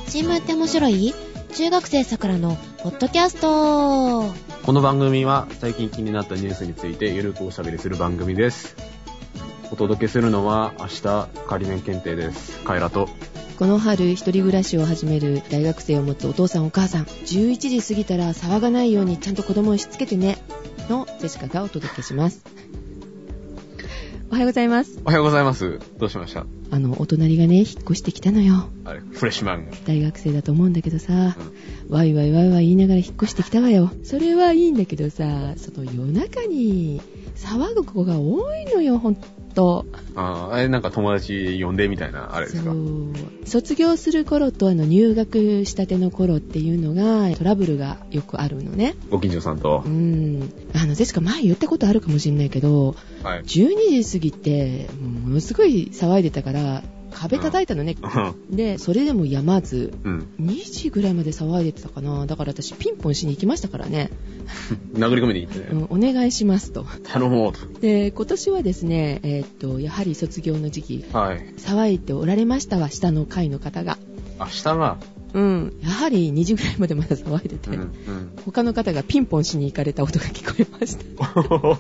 新聞って面白い？中学生さくらのポッドキャスト。 この番組は最近気になったニュースについてゆるくおしゃべりする番組です。お届けするのは明日仮免検定です。カエラとこの春一人暮らしを始める大学生を持つお父さんお母さん、11時過ぎたら騒がないようにちゃんと子供をしつけてねのジェシカがお届けします。おはようございます。 おはようございます。どうしました？ お隣がね引っ越してきたのよ。 あれフレッシュマン大学生だと思うんだけどさ、ワイワイ言いながら引っ越してきたわよ。それはいいんだけどさ、夜中に騒ぐ子が多いのよ、ほんと。 あれなんか友達呼んでみたいなあれですか？ 卒業する頃と入学したての頃っていうのがトラブルがよくあるのね。 ご近所さんと。ジェシカ前言ったことあるかもしれないけど、はい、12時過ぎてものすごい騒いでたから壁叩いたのね、でそれでもやまず、2時ぐらいまで騒いでたかな。だから私ピンポンしに行きましたからね。 殴り込みに行ってね、 お願いしますと。 頼もうと。 で今年はですね、やはり卒業の時期、 はい、 騒いでおられましたわ、下の階の方が。 下がやはり2時ぐらいまでまだ騒いでて、他の方がピンポンしに行かれた音が聞こえました。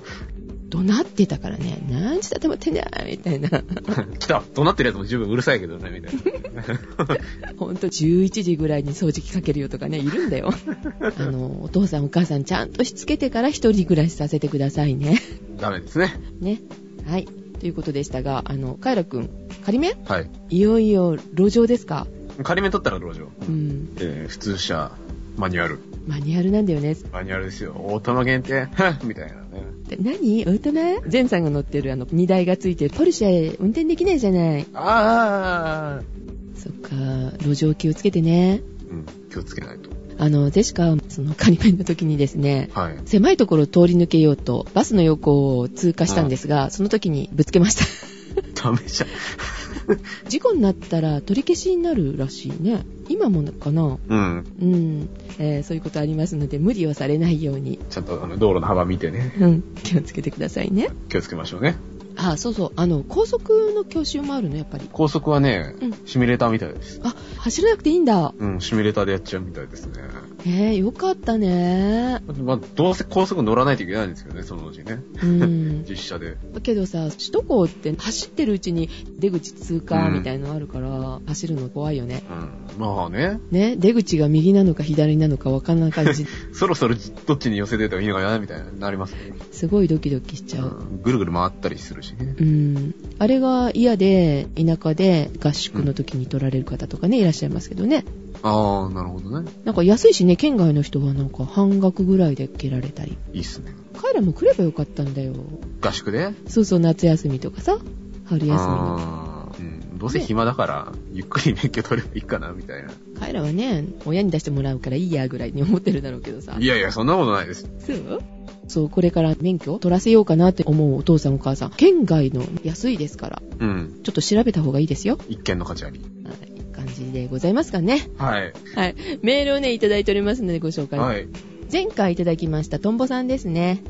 怒鳴ってたからね、何時だって待ってんだよみたいな。 来た、怒鳴ってるやつも十分うるさいけどねみたいな。 ほんと11時ぐらいに掃除機かけるよとかね、いるんだよ。お父さんお母さんちゃんとしつけてから一人暮らしさせてくださいね。 ダメですね。 ね。はい。ということでしたが、カエラくん、仮免？ はい。 いよいよ路上ですか？ 仮免取ったら路上。普通車、マニュアル。 マニュアルなんだよね。 マニュアルですよ。オートマ限定みたいなね。 何？オートマ？ゼンさんが乗ってる荷台がついてるポルシェ運転できないじゃない。そっか、路上気をつけてね。 気をつけないと。 ジェシカは仮免の時にですね、 はい、 狭いところを通り抜けようとバスの横を通過したんですが、その時にぶつけました。 ダメじゃん。 事故になったら取り消しになるらしいね。今もかな。そういうことありますので無理をされないようにちゃんと道路の幅見てね、 気をつけてくださいね。 気をつけましょうね。 そうそう、高速の教習もあるのやっぱり。 高速はね、シミュレーターみたいです。 走らなくていいんだ。 シミュレーターでやっちゃうみたいですね。 よかったね。 どうせ高速乗らないといけないんですけどね、そのうちね。実車で。 だけどさ、首都高って走ってるうちに出口通過みたいなのあるから、走るの怖いよね。 まあね。 ね、出口が右なのか左なのか分かんない感じ。 そろそろどっちに寄せてたらいいのかなみたいになりますね。 すごいドキドキしちゃう。 ぐるぐる回ったりするしね。 あれが嫌で田舎で合宿の時に取られる方とかね、いらっしゃいますけどね。 なるほどね。 なんか安いしね、県外の人はなんか半額ぐらいで受けられたり。 いいっすね。 彼らも来ればよかったんだよ。 合宿で？ そうそう、夏休みとかさ、春休みの。 どうせ暇だから、ゆっくり免許取ればいいかなみたいな。 彼らはね、親に出してもらうからいいやぐらいに思ってるだろうけどさ。 いやいや、そんなことないです。 そう、これから免許取らせようかなって思うお父さんお母さん、県外の安いですから、ちょっと調べた方がいいですよ。 一見の価値あり。 感じでございますかね。 はい。 メールをね、いただいておりますのでご紹介。はい。前回いただきましたトンボさんですね。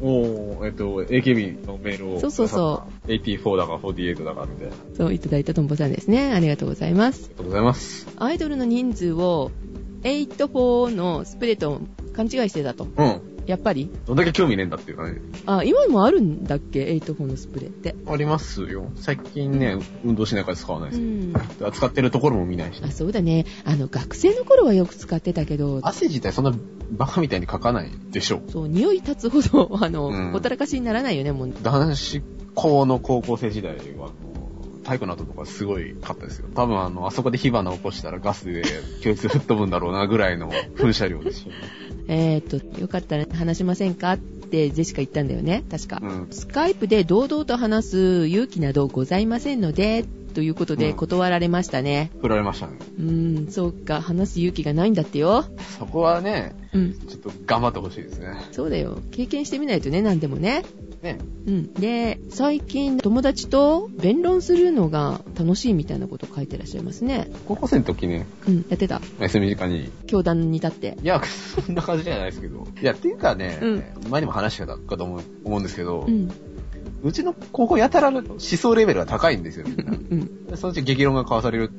AKB のメールを。 そう。 84だか48だかみたいな。 そう、いただいたトンボさんですね。ありがとうございます。 ありがとうございます。 アイドルの人数を84のスプレーと勘違いしてたと。やっぱりどんだけ興味ねえんだっていうかね。 今もあるんだっけ、84のスプレーって。 ありますよ。最近ね、運動しないから使わないですよ。使ってるところも見ないし。 そうだね。学生の頃はよく使ってたけど。 汗自体そんなバカみたいにかかないでしょ。 そう、匂い立つほど、ほったらかしにならないよね、もう。 男子校の高校生時代は、体育の後とかすごいかったですよ。多分あそこで火花起こしたらガスで教室吹っ飛ぶんだろうなぐらいの噴射量ですよね。 よかったら話しませんかってジェシカ言ったんだよね、確か。スカイプで堂々と話す勇気などございませんので、ということで断られましたね。 振られましたね。 そうか、話す勇気がないんだってよ。 そこはね、ちょっと頑張ってほしいですね。 そうだよ。経験してみないとね、何でもね。で、最近友達と弁論するのが楽しいみたいなことを書いてらっしゃいますね。 高校生の時ね。 やってた。 休み時間に。 教壇に立って。 いや、そんな感じじゃないですけど。いや、っていうかね、前にも話してたかと思うんですけど、うちの高校やたら思想レベルが高いんですよ、みんな。そのうち激論が交わされるっていう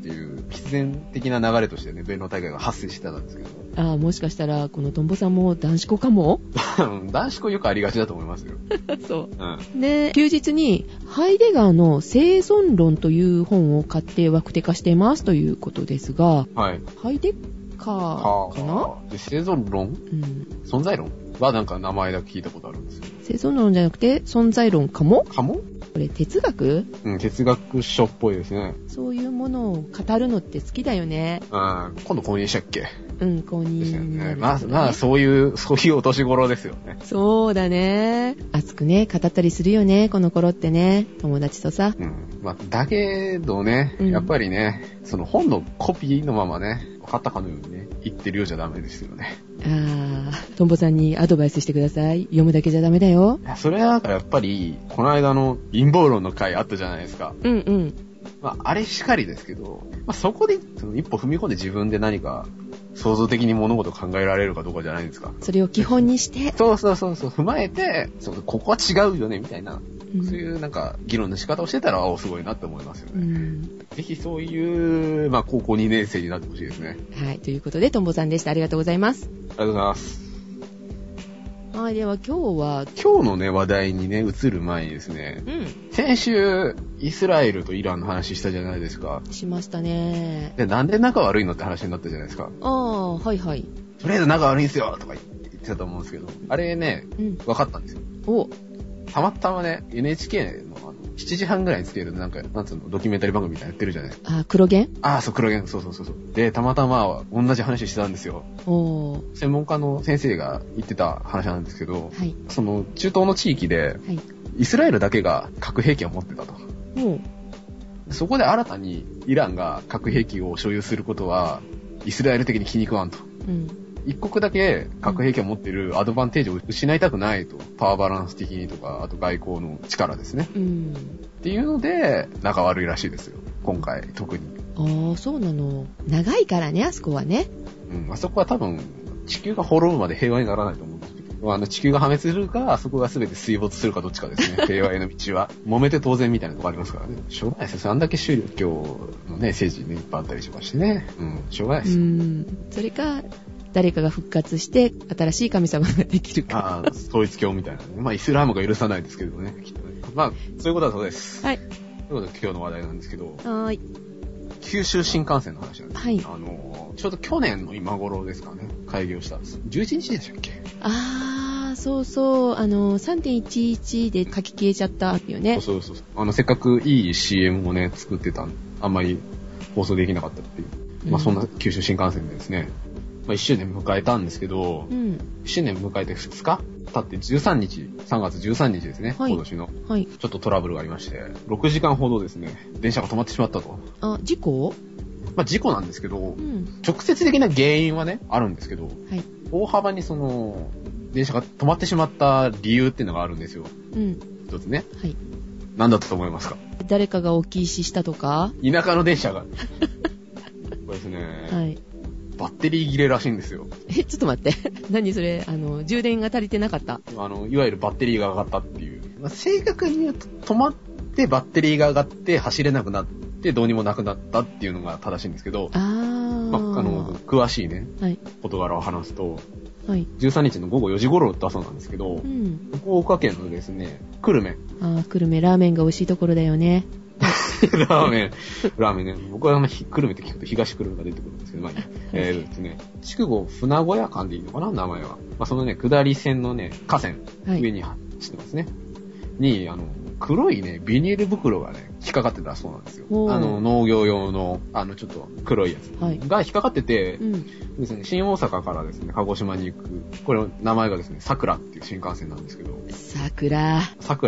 必然的な流れとしてね、弁論大会が発生してたんですけど。 もしかしたら、このトンボさんも男子校かも男子校よくありがちだと思いますよ。 そう。うん。で、休日に、ハイデガーの生存論という本を買ってワクテ化していますということですが、 はい。 ハイデガーかな？ で、生存論？うん。存在論はなんか名前だけ聞いたことあるんですよ。 生存論じゃなくて、存在論かも？ かも？ これ哲学？ うん、哲学書っぽいですね。 そういうものを語るのって好きだよね。 今度購入したっけ？ うん、購入ですよね。 まあ、そういうお年頃ですよね。 そうだね。熱くね、語ったりするよね、この頃ってね。友達とさ。 うん。まあ、だけどね、やっぱりね、その本のコピーのままね、分かったかのようにね、言ってるようじゃダメですよね。 トンボさんにアドバイスしてください。読むだけじゃダメだよ。 いや、それはだからやっぱり、この間の陰謀論の回あったじゃないですか。 うんうん。 まあ、あれしかりですけど、まあ、そこで、その一歩踏み込んで自分で何か、創造的に物事を考えられるかどうかじゃないですか。 それを基本にして。 そう、踏まえて、ここは違うよね、みたいな。そういうなんか、議論の仕方をしてたら、すごいなって思いますよね。ぜひそういう、まあ、高校2年生になってほしいですね。 はい。ということで、トンボさんでした。ありがとうございます。 ありがとうございます。 はい。では今日のね、話題にね、移る前にですね。先週、イスラエルとイランの話したじゃないですか。 しましたね。 で、なんで仲悪いのって話になったじゃないですか。 はいはい。 とりあえず仲悪いんですよとか言ってたと思うんですけど、あれね、分かったんですよ。たまたまね、NHK の7時半ぐらいにつけるなんか、なんつうの、ドキュメンタリー番組みたいなやってるじゃないですか。 黒源？ そう、黒源。そう。で、たまたま同じ話してたんですよ。専門家の先生が言ってた話なんですけど、はい、その中東の地域で、はい、イスラエルだけが核兵器を持ってたと。そこで新たにイランが核兵器を所有することは、イスラエル的に気に食わんと。一国だけ核兵器を持っているアドバンテージを失いたくないと。パワーバランス的にとか、あと外交の力ですね。っていうので、仲悪いらしいですよ。今回、特に。 そうなの。長いからね、あそこはね。 あそこは多分、地球が滅ぶまで平和にならないと思うんですけど、地球が破滅するか、あそこが全て水没するかどっちかですね。平和への道は。揉めて当然みたいなとこありますからね。しょうがないですよ。あんだけ宗教のね、政治ね、いっぱいあったりとかしてね。しょうがないですよ。 それか、誰かが復活して新しい神様ができるか。 統一教みたいなね。まあイスラムが許さないですけどね、きっとね。まあそういうことだそうです。はい。ということで今日の話題なんですけど。はい。九州新幹線の話なんです。はい。ちょうど去年の今頃ですかね、開業したんです。11日でしたっけ？ そうそう。3.11 で書き消えちゃったっていうね。 そう。せっかくいい CM をね、作ってたあんまり放送できなかったっていう。まあそんな九州新幹線でですね。1周年迎えたんですけど、1周年迎えて2日経って3月13日ですね、今年の。ちょっとトラブルがありまして、6時間ほどですね、電車が止まってしまったと。 事故？ まあ事故なんですけど、直接的な原因はね、あるんですけど、大幅に電車が止まってしまった理由っていうのがあるんですよ。一つね。何だったと思いますか？ 誰かが置き石したとか？ 田舎の電車が。これですね。バッテリー切れらしいんですよ。 ちょっと待って。何それ、充電が足りてなかった？ いわゆるバッテリーが上がったっていう。正確に言うと、止まってバッテリーが上がって走れなくなってどうにもなくなったっていうのが正しいんですけど、詳しいね、事柄を話すと、13日の午後4時頃だそうなんですけど、福岡県のですね、久留米。 久留米、ラーメンが美味しいところだよね。 ラーメンね。僕は久留米って聞くと東久留米が出てくるんですけど、ですね、筑後船小屋間でいいのかな、名前は。そのね、下り線のね、河川、上に走ってますね。に、黒いね、ビニール袋がね、引っかかってたそうなんですよ。農業用の、ちょっと黒いやつが引っかかってて、ですね、新大阪からですね、鹿児島に行く、これ、名前がですね、桜っていう新幹線なんですけど、桜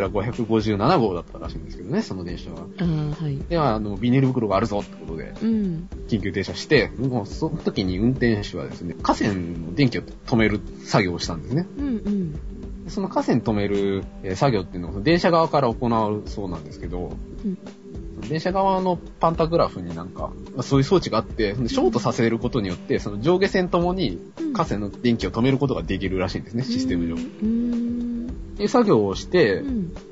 557号だったらしいんですけどね、その電車は。では、ビニール袋があるぞってことで、緊急停車して、もうその時に運転手はですね、河川の電気を止める作業をしたんですね。その河川止める作業っていうのを電車側から行うそうなんですけど、電車側のパンタグラフになんか、そういう装置があって、ショートさせることによって、その上下線ともに河川の電気を止めることができるらしいんですね、システム上。っていう作業をして、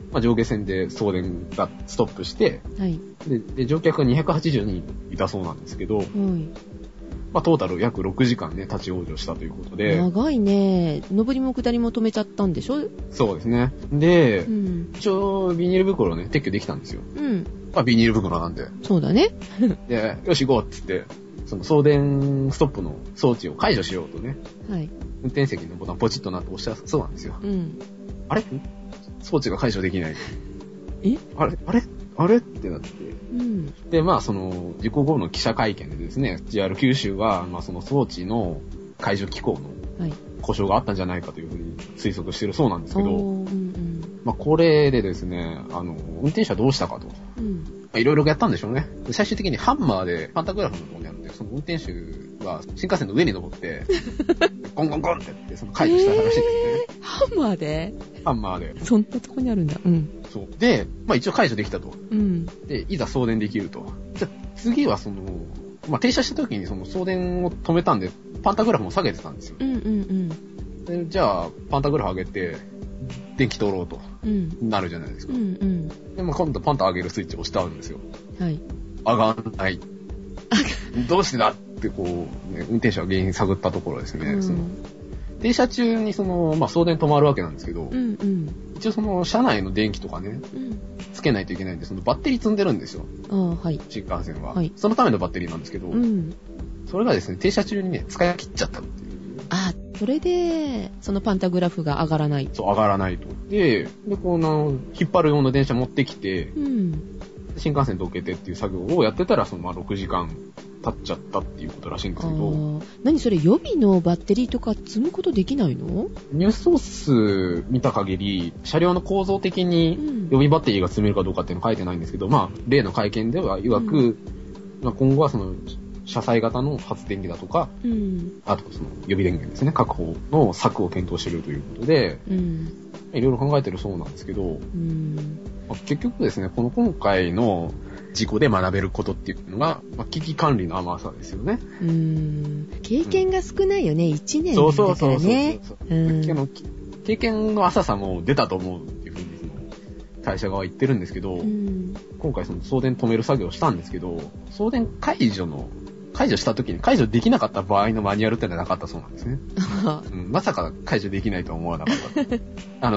上下線で送電がストップして、はい、で乗客が280人いたそうなんですけど、はい、トータル約6時間ね、立ち往生したということで。 長いね。上りも下りも止めちゃったんでしょ？ そうですね。で、一応ビニール袋ね、撤去できたんですよ。ビニール袋なんで。 そうだね。 で、よし行こうっつって、その送電ストップの装置を解除しようとね。はい。運転席のボタンポチッとなって押したそうなんですよ。あれ？装置が解除できない。あれってなって。で、その、事故後の記者会見でですね、JR 九州は、その装置の解除機構の故障があったんじゃないかというふうに推測しているそうなんですけど、これでですね、運転手はどうしたかと。いろいろやったんでしょうね。最終的にハンマーでパンタグラフのところにあるんで、その運転手は新幹線の上に登って、ゴンゴンゴンってやって、その解除したらしいですね。 ハンマーで？ ハンマーで。 そんなとこにあるんだ。 そう。で、一応解除できたと。で、いざ送電できると。じゃ次はその、停車した時にその送電を止めたんで、パンタグラフも下げてたんですよ。でじゃあ、パンタグラフ上げて、電気通ろうと、なるじゃないですか。で、今度パンタ上げるスイッチを押してあるんですよ。はい。上がんない。どうしてだってこう、ね、運転手は原因探ったところですね。その停車中にその、送電止まるわけなんですけど、一応その車内の電気とかね、つけないといけないんで、そのバッテリー積んでるんですよ。はい、新幹線は、はい。そのためのバッテリーなんですけど、それがですね、停車中にね、使い切っちゃったっていう。 それで、そのパンタグラフが上がらない。 そう、上がらないと。で、この、引っ張る用の電車持ってきて、新幹線どけてっていう作業をやってたら、その6時間経っちゃったっていうことらしいんですけど。 何それ、予備のバッテリーとか積むことできないの？ ニュースソース見た限り、車両の構造的に予備バッテリーが積めるかどうかっていうの書いてないんですけど、例の会見では曰く、今後はその、車載型の発電機だとか、あとその予備電源ですね、確保の策を検討しているということで、いろいろ考えてるそうなんですけど、結局ですね、今回の事故で学べることっていうのが、危機管理の甘さですよね。 経験が少ないよね、1年だからね。 経験の浅さも出たと思うっていうふうに会社側は言ってるんですけど、今回その送電止める作業をしたんですけど、送電解除した時に解除できなかった場合のマニュアルってのはなかったそうなんですね。まさか解除できないとは思わなかった。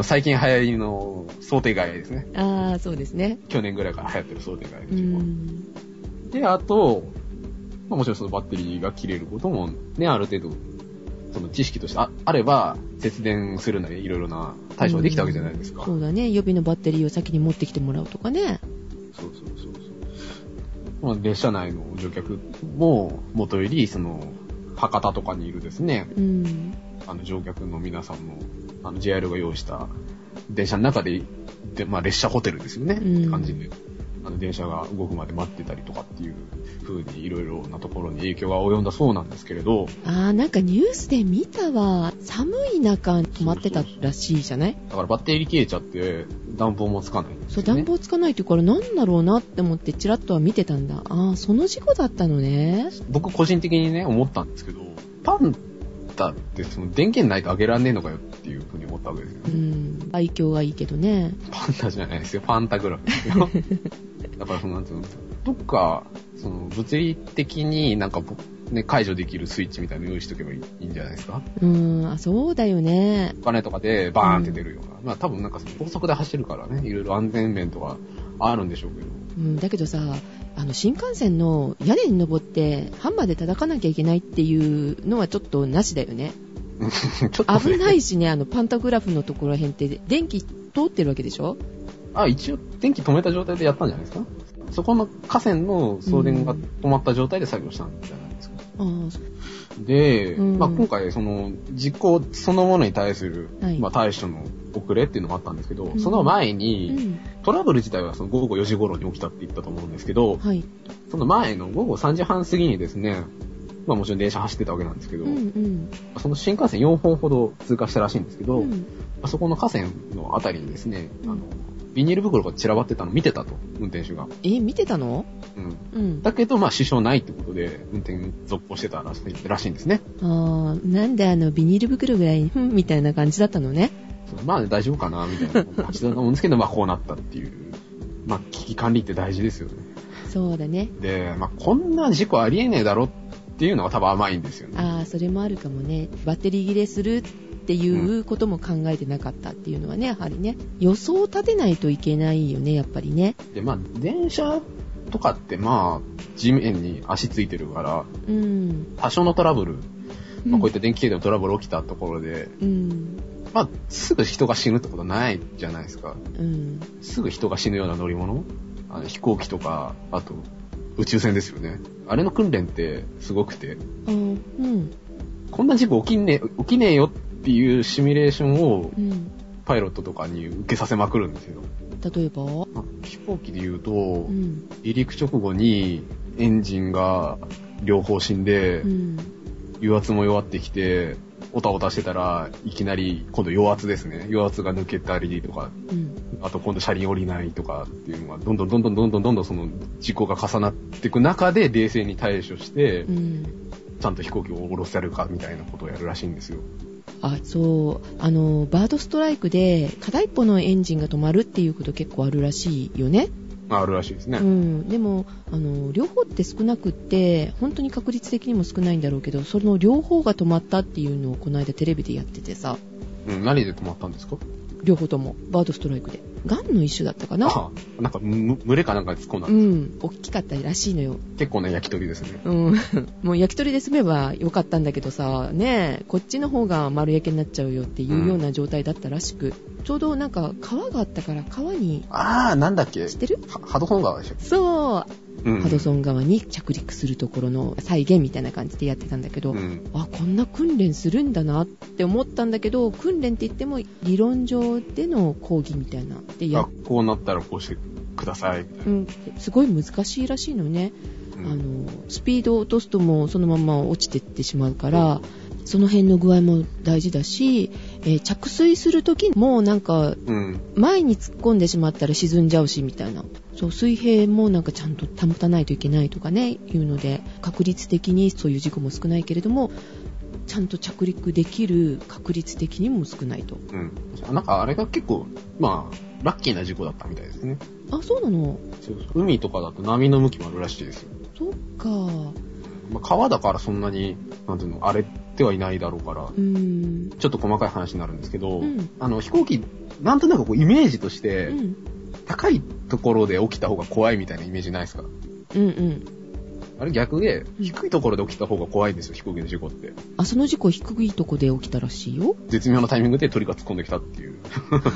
最近流行りの想定外ですね。 そうですね。 去年ぐらいから流行ってる想定外でしょ。で、あと、もちろんそのバッテリーが切れることもね、ある程度、その知識としてあれば、節電するなりいろいろな対処ができたわけじゃないですか。 そうだね。予備のバッテリーを先に持ってきてもらうとかね。 そう。列車内の乗客も元より、その、博多とかにいるですね、乗客の皆さんも、JR が用意した電車の中で、列車ホテルですよね、って感じで、電車が動くまで待ってたりとかっていう風にいろいろなところに影響が及んだそうなんですけれど。 なんかニュースで見たわ。寒い中止まってたらしいじゃない？ だからバッテリー切れちゃって暖房もつかないんですよね。 そう、暖房つかないっていうからなんだろうなって思ってチラッとは見てたんだ。その事故だったのね。 僕個人的にね、思ったんですけど、パンタってその電源ないと上げらんねえのかよっていう風に思ったわけですよね。 愛嬌がいいけどね。 パンタじゃないですよ。パンタグラフですよ。だからなんていうの、どっか、その物理的になんかね、解除できるスイッチみたいなの用意しとけばいいんじゃないですか？ そうだよね。 お金とかでバーンって出るような。多分なんかその高速で走るからね、いろいろ安全面とかあるんでしょうけど。だけどさ、新幹線の屋根に登ってハンマーで叩かなきゃいけないっていうのはちょっとなしだよね。ちょっと危ないしね、パンタグラフのところら辺って電気通ってるわけでしょ？ 一応電気止めた状態でやったんじゃないですか？そこの河川の送電が止まった状態で作業したんじゃないですか。で、今回その事故そのものに対する、対処の遅れっていうのもあったんですけど、その前に、トラブル自体はその午後4時頃に起きたって言ったと思うんですけど、その前の午後3時半過ぎにですね、もちろん電車走ってたわけなんですけど、その新幹線4本ほど通過したらしいんですけど、そこの河川のあたりにですね、ビニール袋が散らばってたの見てたと、運転手が。 見てたの？ だけど、支障ないってことで、運転続行してたらしいんですね。 なんでビニール袋ぐらい、みたいな感じだったのね。 まあ大丈夫かなみたいな感じだと思うんですけど、まあこうなったっていう。まあ危機管理って大事ですよね。 そうだね。 で、まあこんな事故ありえねえだろっていうのが多分甘いんですよね。 ああ、それもあるかもね。バッテリー切れするっていうことも考えてなかったっていうのはね、やはりね、予想を立てないといけないよね、やっぱりね。 で、まあ電車とかってまあ地面に足ついてるから、多少のトラブル、まあ、こういった電気系統のトラブル起きたところで、まあすぐ人が死ぬってことはないじゃないですか。すぐ人が死ぬような乗り物、飛行機とか、あと宇宙船ですよね。あれの訓練ってすごくて、こんな事故起きねえよっていうシミュレーションをパイロットとかに受けさせまくるんですよ。 例えば、 飛行機で言うと、離陸直後にエンジンが両方死んで、油圧も弱ってきて、オタオタしてたらいきなり今度余圧ですね。余圧が抜けたりとか、あと今度車輪降りないとかっていうのがどんどんその事故が重なっていく中で冷静に対処して、ちゃんと飛行機を降ろせるかみたいなことをやるらしいんですよ。 あ、そう。バードストライクで片一方のエンジンが止まるっていうこと結構あるらしいよね。 あるらしいですね。 でも両方って少なくって本当に確率的にも少ないんだろうけど、その両方が止まったっていうのをこの間テレビでやっててさ。 何で止まったんですか？ 両方ともバードストライクで。ガンの一種だったかな。 なんか群れかなんかで突っ込んだんです。 大きかったらしいのよ。 結構ね焼き鳥ですね。 もう焼き鳥で済めばよかったんだけどさ、ねえ、こっちの方が丸焼けになっちゃうよっていうような状態だったらしく、ちょうどなんか川があったから川に。 なんだっけ？ 知ってる？ ハドソン川でしょ。 そう。ハドソン川に着陸するところの再現みたいな感じでやってたんだけど、こんな訓練するんだなって思ったんだけど、訓練って言っても理論上での講義みたいなでこうなったらこうしてくださいみたいな、 すごい難しいらしいのね。スピードを落とすともうそのまま落ちてってしまうから、その辺の具合も大事だし、着水するときもなんか、前に突っ込んでしまったら沈んじゃうしみたいな。そう、水平もなんかちゃんと保たないといけないとかね、いうので、確率的にそういう事故も少ないけれども、ちゃんと着陸できる確率的にも少ないと。 なんかあれが結構、まあ、ラッキーな事故だったみたいですね。 あ、そうなの？ そう。海とかだと波の向きもあるらしいですよ。 そっか。 まあ、川だからそんなに、なんていうの、荒れてはいないだろうから、ちょっと細かい話になるんですけど、飛行機、なんとなくこうイメージとして、高いところで起きた方が怖いみたいなイメージないですか？あれ逆で、低いところで起きた方が怖いんですよ、飛行機の事故って。 その事故低いところで起きたらしいよ。 絶妙なタイミングで鳥が突っ込んできたっていう。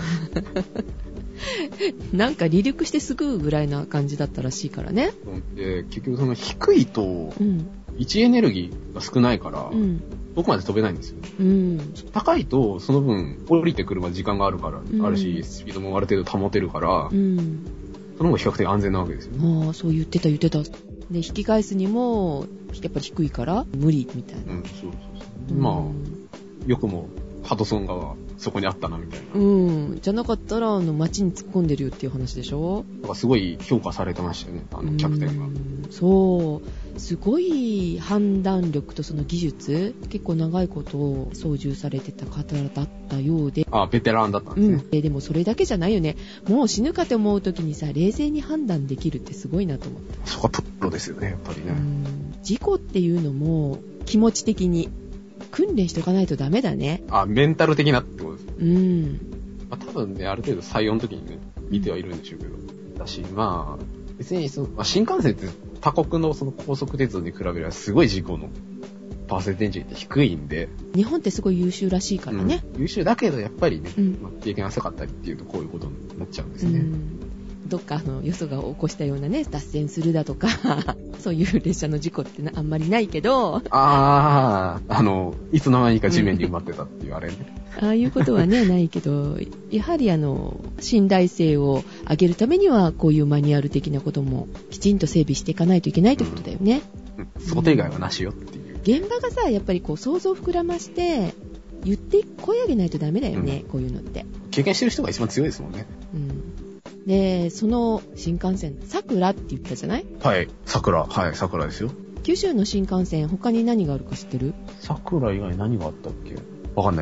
なんか離陸してすぐぐらいな感じだったらしいからね。 で、結局その低いと、位置エネルギーが少ないから、どこまで飛べないんですよ。高いと、その分、降りてくるまで時間があるから、あるし、スピードもある程度保てるから、その方が比較的安全なわけですよ。 そう言ってた。で、引き返すにも、やっぱり低いから、無理みたいな。 そう。まあ、よくも、ハドソン川、そこにあったなみたいな。じゃなかったら、街に突っ込んでるよっていう話でしょ？ だからすごい評価されてましたよね、キャプテンが。 そう。すごい判断力とその技術、結構長いことを操縦されてた方だったようで。 ベテランだったんですね。 でもそれだけじゃないよね。もう死ぬかって思う時にさ、冷静に判断できるってすごいなと思った。 そこはプロですよね、やっぱりね。 事故っていうのも、気持ち的に訓練しとかないとダメだね。 メンタル的なってことです。多分ね、ある程度採用の時にね、見てはいるんでしょうけど。だし、まあ、別に新幹線って他国のその高速鉄道に比べればすごい事故のパーセンテージって低いんで。 日本ってすごい優秀らしいからね。 優秀だけどやっぱりね、経験浅かったりっていうとこういうことになっちゃうんですね。 どっかよそが起こしたようなね、脱線するだとか、そういう列車の事故ってあんまりないけど。 いつの間にか地面に埋まってたっていうあれね。 ああいうことはね、ないけど、やはり信頼性を上げるためには、こういうマニュアル的なこともきちんと整備していかないといけないということだよね。 想定外はなしよっていう。 現場がさ、やっぱりこう想像を膨らまして、声上げないとダメだよね、こういうのって。 経験してる人が一番強いですもんね。 で、その新幹線、桜って言ったじゃない？ はい、桜ですよ。 九州の新幹線、他に何があるか知ってる？ 桜以外何があったっけ？わかんないです。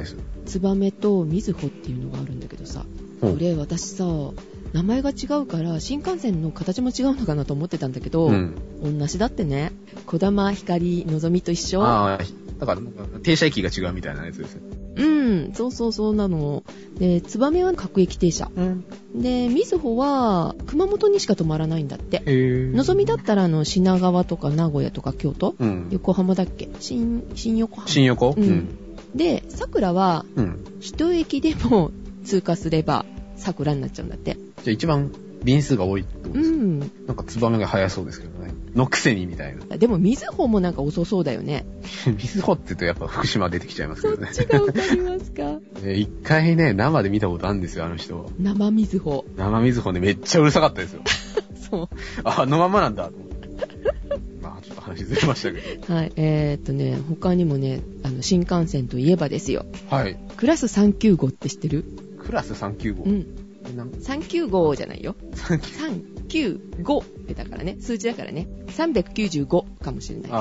ツバメとみずほっていうのがあるんだけどさ、これ私さ、名前が違うから新幹線の形も違うのかなと思ってたんだけど、同じだってね。こだま、ひかり、のぞみと一緒。 だから停車駅が違うみたいなやつですね。 そうなの。で、ツバメは各駅停車。で、みずほは熊本にしか止まらないんだって。のぞみだったら品川とか名古屋とか京都、横浜だっけ、新横浜。 新横、 で、桜は一駅でも通過すれば桜になっちゃうんだって。 じゃあ一番便数が多いってことですか？なんかツバメが早そうですけどね。のくせにみたいな。 でもみずほもなんか遅そうだよね。 みずほって言うとやっぱ福島出てきちゃいますけどね。 そっちがわかりますか？ 一回ね、生で見たことあるんですよ、あの人。 生みずほ。 生みずほね、めっちゃうるさかったですよ。 そう。 あのままなんだと思って。まあちょっと話ずれましたけど。 はい。他にもね、新幹線といえばですよ。 はい。 クラス395って知ってる？ クラス395？ 395じゃないよ。395ってだからね。数字だからね。395かもしれない。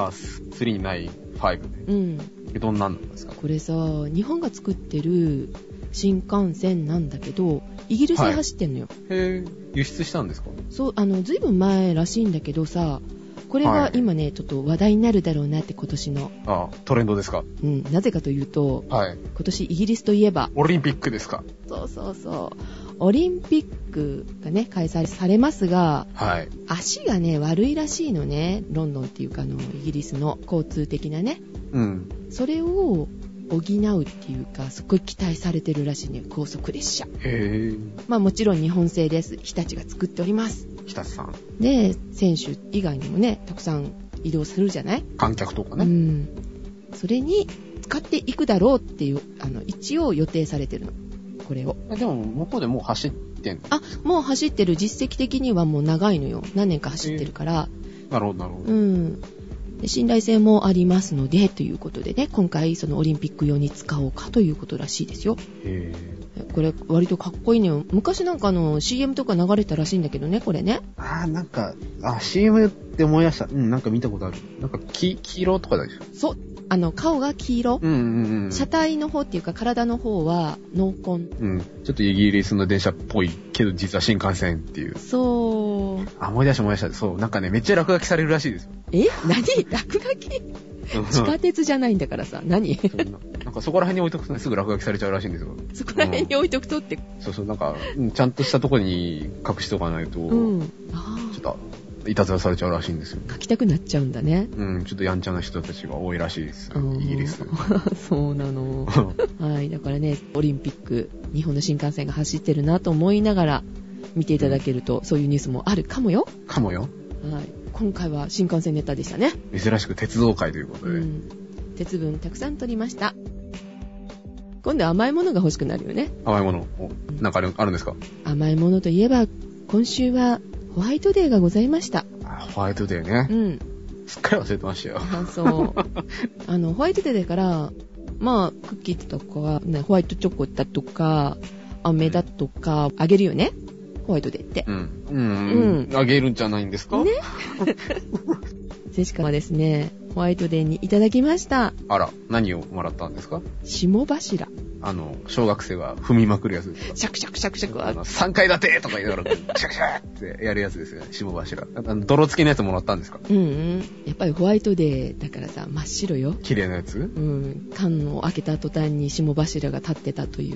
395ね。どんなんですか？ これさ、日本が作ってる新幹線なんだけど、イギリスで走ってんのよ。 輸出したんですか？ そう、ずいぶん前らしいんだけどさ、これが今ね、ちょっと話題になるだろうなって今年の。 トレンドですか？ なぜかというと、今年イギリスといえば、 オリンピックですか？ そう。オリンピックがね、開催されますが、足がね、悪いらしいのね。ロンドンっていうか、イギリスの交通的なね。それを補うっていうか、すっごい期待されてるらしいね、高速列車。まあもちろん日本製です。日立が作っております。 日立さん。 で、選手以外にもね、たくさん移動するじゃない？ 観客とかね。 それに使っていくだろうっていう、一応予定されてるの。これを。 でも、向こうでもう走ってんの？ もう走ってる。実績的にはもう長いのよ。何年か走ってるから。 なるほど。 で、信頼性もありますので、ということでね、今回そのオリンピック用に使おうかということらしいですよ。これ割とかっこいいのよ。昔なんかCM とか流れたらしいんだけどね、これね。 なんか、CM って思い出した。なんか見たことある。なんか黄色とかだでしょ？そう。 顔が黄色。車体の方っていうか体の方は濃紺。 ちょっとイギリスの電車っぽいけど実は新幹線っていう。 そう。 思い出した。そう。なんかね、めっちゃ落書きされるらしいですよ。 何？落書き？地下鉄じゃないんだからさ。何？ なんかそこら辺に置いとくとすぐ落書きされちゃうらしいんですよ。 そこら辺に置いとくとって。 そう。なんか、ちゃんとしたとこに隠しとかないと、ちょっと、いたずらされちゃうらしいんですよ。 書きたくなっちゃうんだね。 ちょっとやんちゃな人たちが多いらしいです。イギリス。 そうなの。はい。だからね、オリンピック、日本の新幹線が走ってるなと思いながら見ていただけると、そういうニュースもあるかもよ。はい。今回は新幹線ネタでしたね。 珍しく鉄道会ということで。 鉄分たくさん取りました。今度甘いものが欲しくなるよね。 甘いものなんかあるんですか？ 甘いものといえば、今週はホワイトデーがございました。 ホワイトデーね。すっかり忘れてましたよ。 そう。ホワイトデーだから、まあ、クッキーとか、ね、ホワイトチョコだとか、飴だとか、あげるよね。ホワイトデーって。 あげるんじゃないんですか？ね。 ジェシカはですね、ホワイトデーにいただきました。 あら、何をもらったんですか？ 霜柱。 小学生が踏みまくるやつですか？ シャクシャクシャクシャク。 3階建てとか言いながら、シャクシャクってやるやつですよね、霜柱。泥付きのやつもらったんですか？ やっぱりホワイトデーだからさ、真っ白よ。 綺麗なやつ？ 缶を開けた途端に霜柱が立ってたという。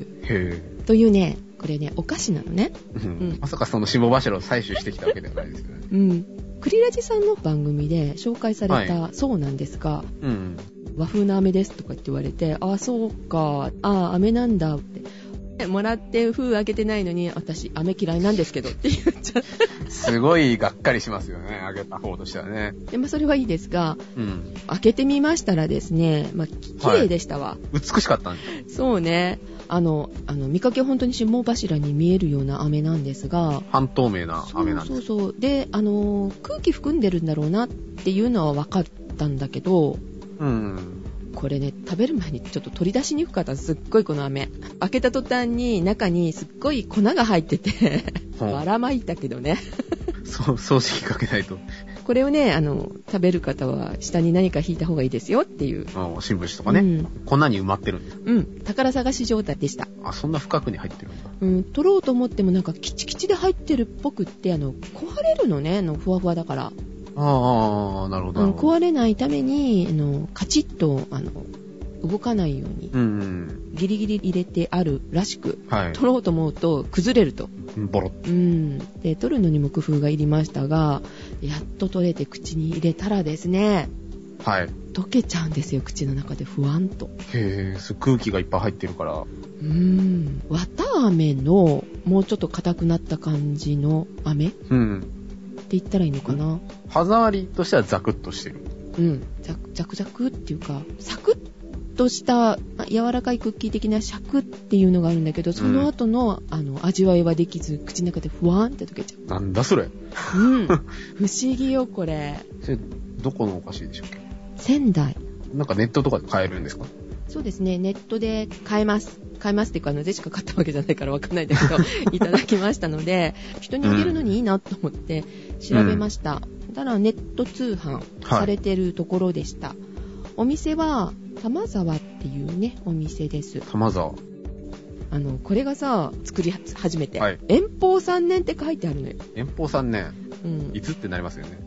というね、これね、お菓子なのね。 まさかその霜柱を採取してきたわけではないですよね。 クリラジさんの番組で紹介されたそうなんですが、和風な飴ですとかって言われて、そうか、飴なんだって。もらって封開けてないのに、私飴嫌いなんですけどって言っちゃった。 すごいがっかりしますよね、あげた方としてはね。 で、それはいいですが、開けてみましたらですね、綺麗でしたわ。 美しかったんです。 そうね。見かけ本当に霜柱に見えるような飴なんですが、 半透明な飴なんです。 そう。で、空気含んでるんだろうなっていうのは分かったんだけど、これね、食べる前にちょっと取り出しにくかった。すっごいこの飴。開けた途端に中にすっごい粉が入ってて、ばらまいたけどね。 掃除機かけないとこれをね、食べる方は下に何か引いた方がいいですよっていう。 新聞紙とかね。こんなに埋まってるんです。 宝探し状態でした。 そんな深くに入ってるんだ。 取ろうと思ってもなんかキチキチで入ってるっぽくって、壊れるのね、ふわふわだから。 なるほど。 壊れないために、カチッと、動かないように、ギリギリ入れてあるらしく、取ろうと思うと崩れると。 ボロッ。で、取るのにも工夫がいりましたが、やっと取れて口に入れたらですね、溶けちゃうんですよ、口の中でふわんと。 空気がいっぱい入ってるから。 綿飴のもうちょっと硬くなった感じの飴、って言ったらいいのかな。 歯触りとしてはザクッとしてる。 ザクザクっていうか、サクッとした柔らかいクッキー的なシャクっていうのがあるんだけど、その後の、味わいはできず、口の中でふわーんって溶けちゃう。 なんだそれ。 不思議よこれ。 それどこのお菓子でしょうか。 仙台。 なんかネットとかで買えるんですか。 そうですね、ネットで買えますっていうか、ジェシカ買ったわけじゃないからわかんないんだけどいただきましたので、人にあげるのにいいなと思って調べました。ただネット通販されてるところでした。お店は玉沢っていうね、お店です。 玉沢。 これがさ、作り始めて、遠方3年って書いてあるのよ。 遠方3年。いつってなりますよね。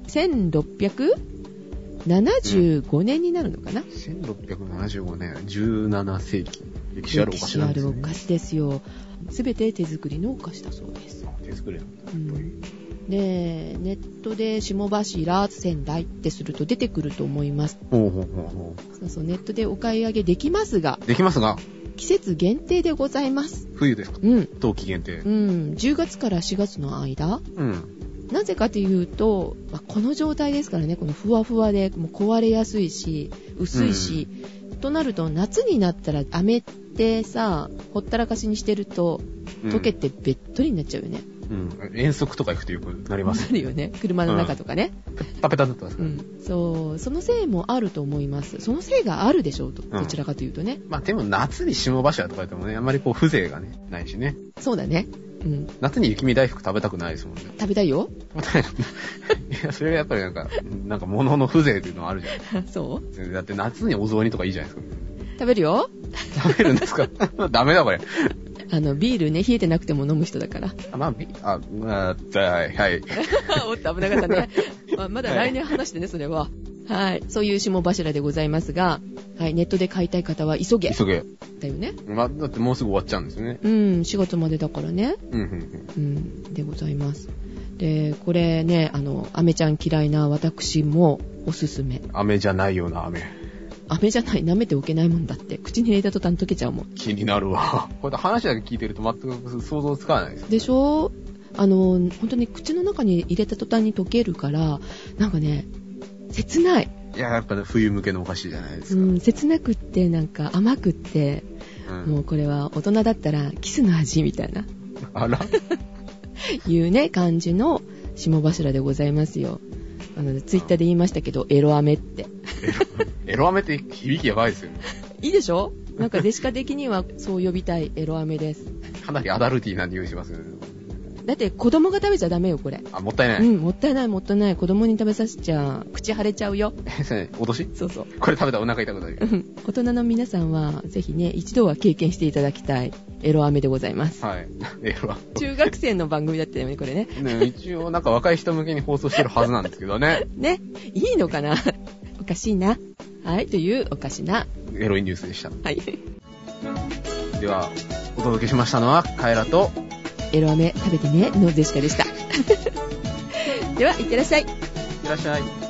1675年になるのかな。 1675年、17世紀。歴史あるお菓子なんですね。歴史あるお菓子ですよ。すべて手作りのお菓子だそうです。 手作りなんだ。 で、ネットで霜柱仙台ってすると出てくると思います。そう、ネットでお買い上げできますが、季節限定でございます。 冬ですか。冬季限定。 10月から4月の間。なぜかというと、この状態ですからね、このふわふわでもう壊れやすいし薄いし、となると夏になったら飴ってさ、ほったらかしにしてると溶けてべっとりになっちゃうよね。 遠足とか行くとよくなります。 なるよね。車の中とかね。 ペタペタだったんですか。 そう、そのせいもあると思います。そのせいがあるでしょうと、どちらかというとね。 でも夏に霜柱とか言ってもね、あんまりこう風情がねないしね。 そうだね。 夏に雪見大福食べたくないですもんね。 食べたいよ。 いや、それはやっぱりなんか物の風情っていうのはあるじゃない。 そう。 だって夏にお雑煮とかいいじゃないですか。 食べるよ。 食べるんですか。ダメだこれ。 ビールね、冷えてなくても飲む人だから。 はい。 おっと、危なかったね。まだ来年話してね、それは。はい。そういう霜柱でございますが、はい、ネットで買いたい方は急げ。だよね。 だってもうすぐ終わっちゃうんですよね。 4月までだからね。でございます。で、これね、飴ちゃん嫌いな私もおすすめ。 飴じゃないような飴。 飴じゃない、舐めておけないもんだって。口に入れた途端溶けちゃうもん。 気になるわ。これ話だけ聞いてると全く想像つかないです。 でしょ？本当に口の中に入れた途端に溶けるから、なんかね、切ない。 いや、やっぱね、冬向けのお菓子じゃないですか。 切なくってなんか甘くって、もうこれは大人だったらキスの味みたいな。 あらいうね、感じの霜柱でございますよ。ツイッターで言いましたけど、エロ飴って。 エロ飴って響きやばいですよね。 いいでしょ？なんかデシカ的にはそう呼びたいエロ飴です。 かなりアダルティーな匂いしますよね。 だって子供が食べちゃダメよ、これ。 もったいない。 もったいない。子供に食べさせちゃ、口腫れちゃうよ。 脅し？ そうそう。 これ食べたらお腹痛くなるよ。 大人の皆さんは、ぜひね、一度は経験していただきたい、エロ飴でございます。 はい。エロ飴。 中学生の番組だったよね、これね。 一応、なんか若い人向けに放送してるはずなんですけどね。 ね。いいのかな？おかしいな。はい、というおかしな。 エロいニュースでした。 はい。 では、お届けしましたのは、カエラと、 エロ飴食べてねのゼシカでした。では、いってらっしゃい。 いってらっしゃい。